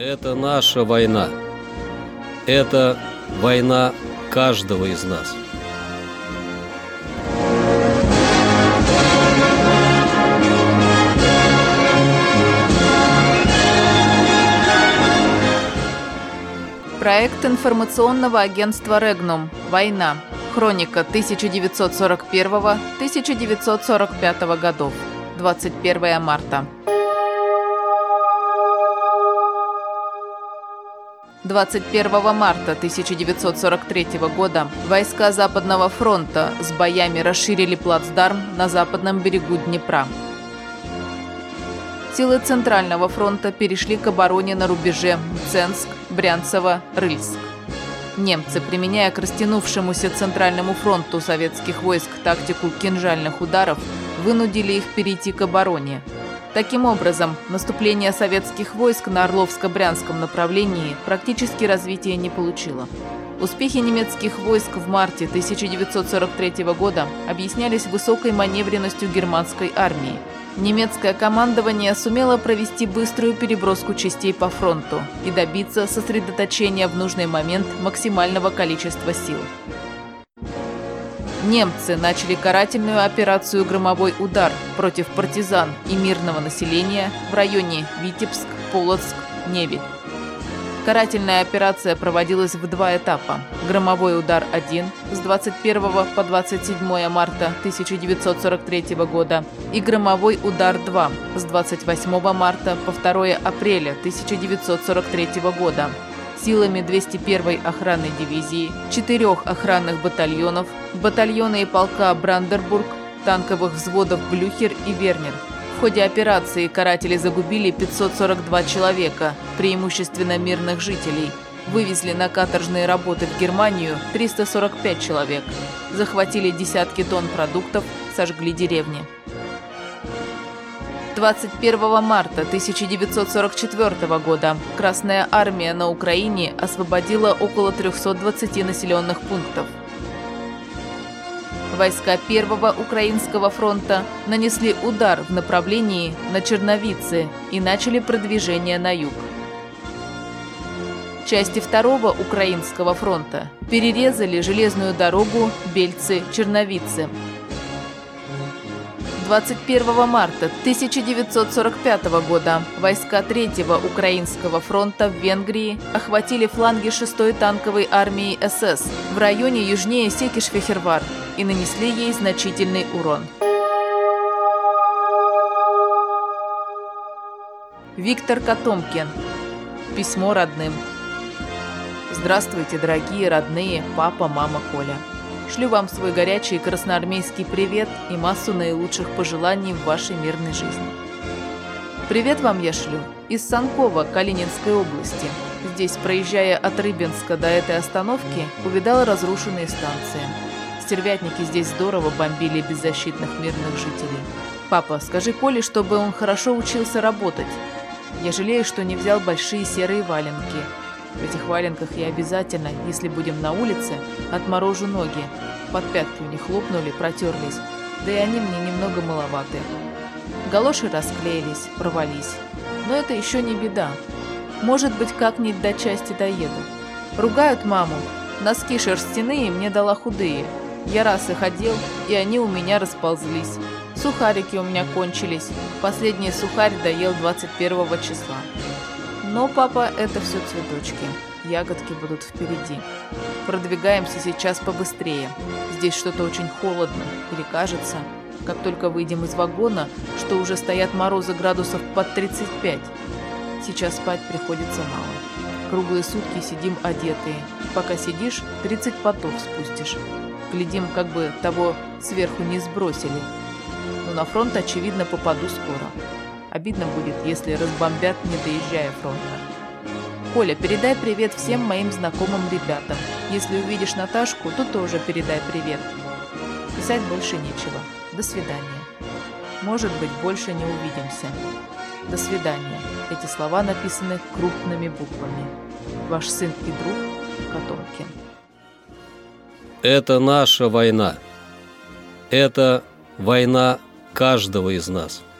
Это наша война. Это война каждого из нас. Проект информационного агентства «Регнум. Война. Хроника 1941-1945 годов. 21 марта. 21 марта 1943 года войска Западного фронта с боями расширили плацдарм на западном берегу Днепра. Силы Центрального фронта перешли к обороне на рубеже Мценск, Брянцево, Рыльск. Немцы, применяя к растянувшемуся Центральному фронту советских войск тактику кинжальных ударов, вынудили их перейти к обороне. Таким образом, наступление советских войск на Орловско-Брянском направлении практически развития не получило. Успехи немецких войск в марте 1943 года объяснялись высокой маневренностью германской армии. Немецкое командование сумело провести быструю переброску частей по фронту и добиться сосредоточения в нужный момент максимального количества сил. Немцы начали карательную операцию «Громовой удар» против партизан и мирного населения в районе Витебск, Полоцк, Невель. Карательная операция проводилась в два этапа. «Громовой удар-1» с 21 по 27 марта 1943 года и «Громовой удар-2» с 28 марта по 2 апреля 1943 года силами 201-й охранной дивизии, 4 охранных батальонов, батальона и полка Бранденбург, танковых взводов Блюхер и Вернер. В ходе операции каратели загубили 542 человека, преимущественно мирных жителей, вывезли на каторжные работы в Германию 345 человек, захватили десятки тонн продуктов, сожгли деревни. 21 марта 1944 года Красная армия на Украине освободила около 320 населенных пунктов. Войска Первого Украинского фронта нанесли удар в направлении на Черновицы и начали продвижение на юг. Части Второго Украинского фронта перерезали железную дорогу Бельцы-Черновицы. 21 марта 1945 года войска Третьего Украинского фронта в Венгрии охватили фланги 6-й танковой армии СС в районе южнее Секиш-Фехервар и нанесли ей значительный урон. Виктор Котомкин. Письмо родным. Здравствуйте, дорогие родные папа, мама, Коля. Шлю вам свой горячий красноармейский привет и массу наилучших пожеланий в вашей мирной жизни. Привет вам я шлю из Санкова Калининской области. Здесь, проезжая от Рыбинска до этой остановки, увидала разрушенные станции. Стервятники здесь здорово бомбили беззащитных мирных жителей. Папа, скажи Коле, чтобы он хорошо учился работать. Я жалею, что не взял большие серые валенки. В этих валенках я обязательно, если будем на улице, отморожу ноги. Под пятки у них лопнули, протерлись, да и они мне немного маловаты. Галоши расклеились, порвались. Но это еще не беда. Может быть, как-нибудь до части доеду. Ругают маму. Носки шерстяные мне дала худые. Я раз их одел, и они у меня расползлись. Сухарики у меня кончились. Последний сухарь доел 21 числа. Но, папа, это все цветочки. Ягодки будут впереди. Продвигаемся сейчас побыстрее. Здесь что-то очень холодно. Или кажется, как только выйдем из вагона, что уже стоят морозы градусов под 35. Сейчас спать приходится мало. Круглые сутки сидим одетые. Пока сидишь, 30 потов спустишь. Глядим, как бы того сверху не сбросили. Но на фронт, очевидно, попаду скоро. Обидно будет, если разбомбят, не доезжая фронта. Коля, передай привет всем моим знакомым ребятам. Если увидишь Наташку, то тоже передай привет. Писать больше нечего. До свидания. Может быть, больше не увидимся. До свидания. Эти слова написаны крупными буквами. Ваш сын и друг Котомкин. Это наша война. Это война каждого из нас.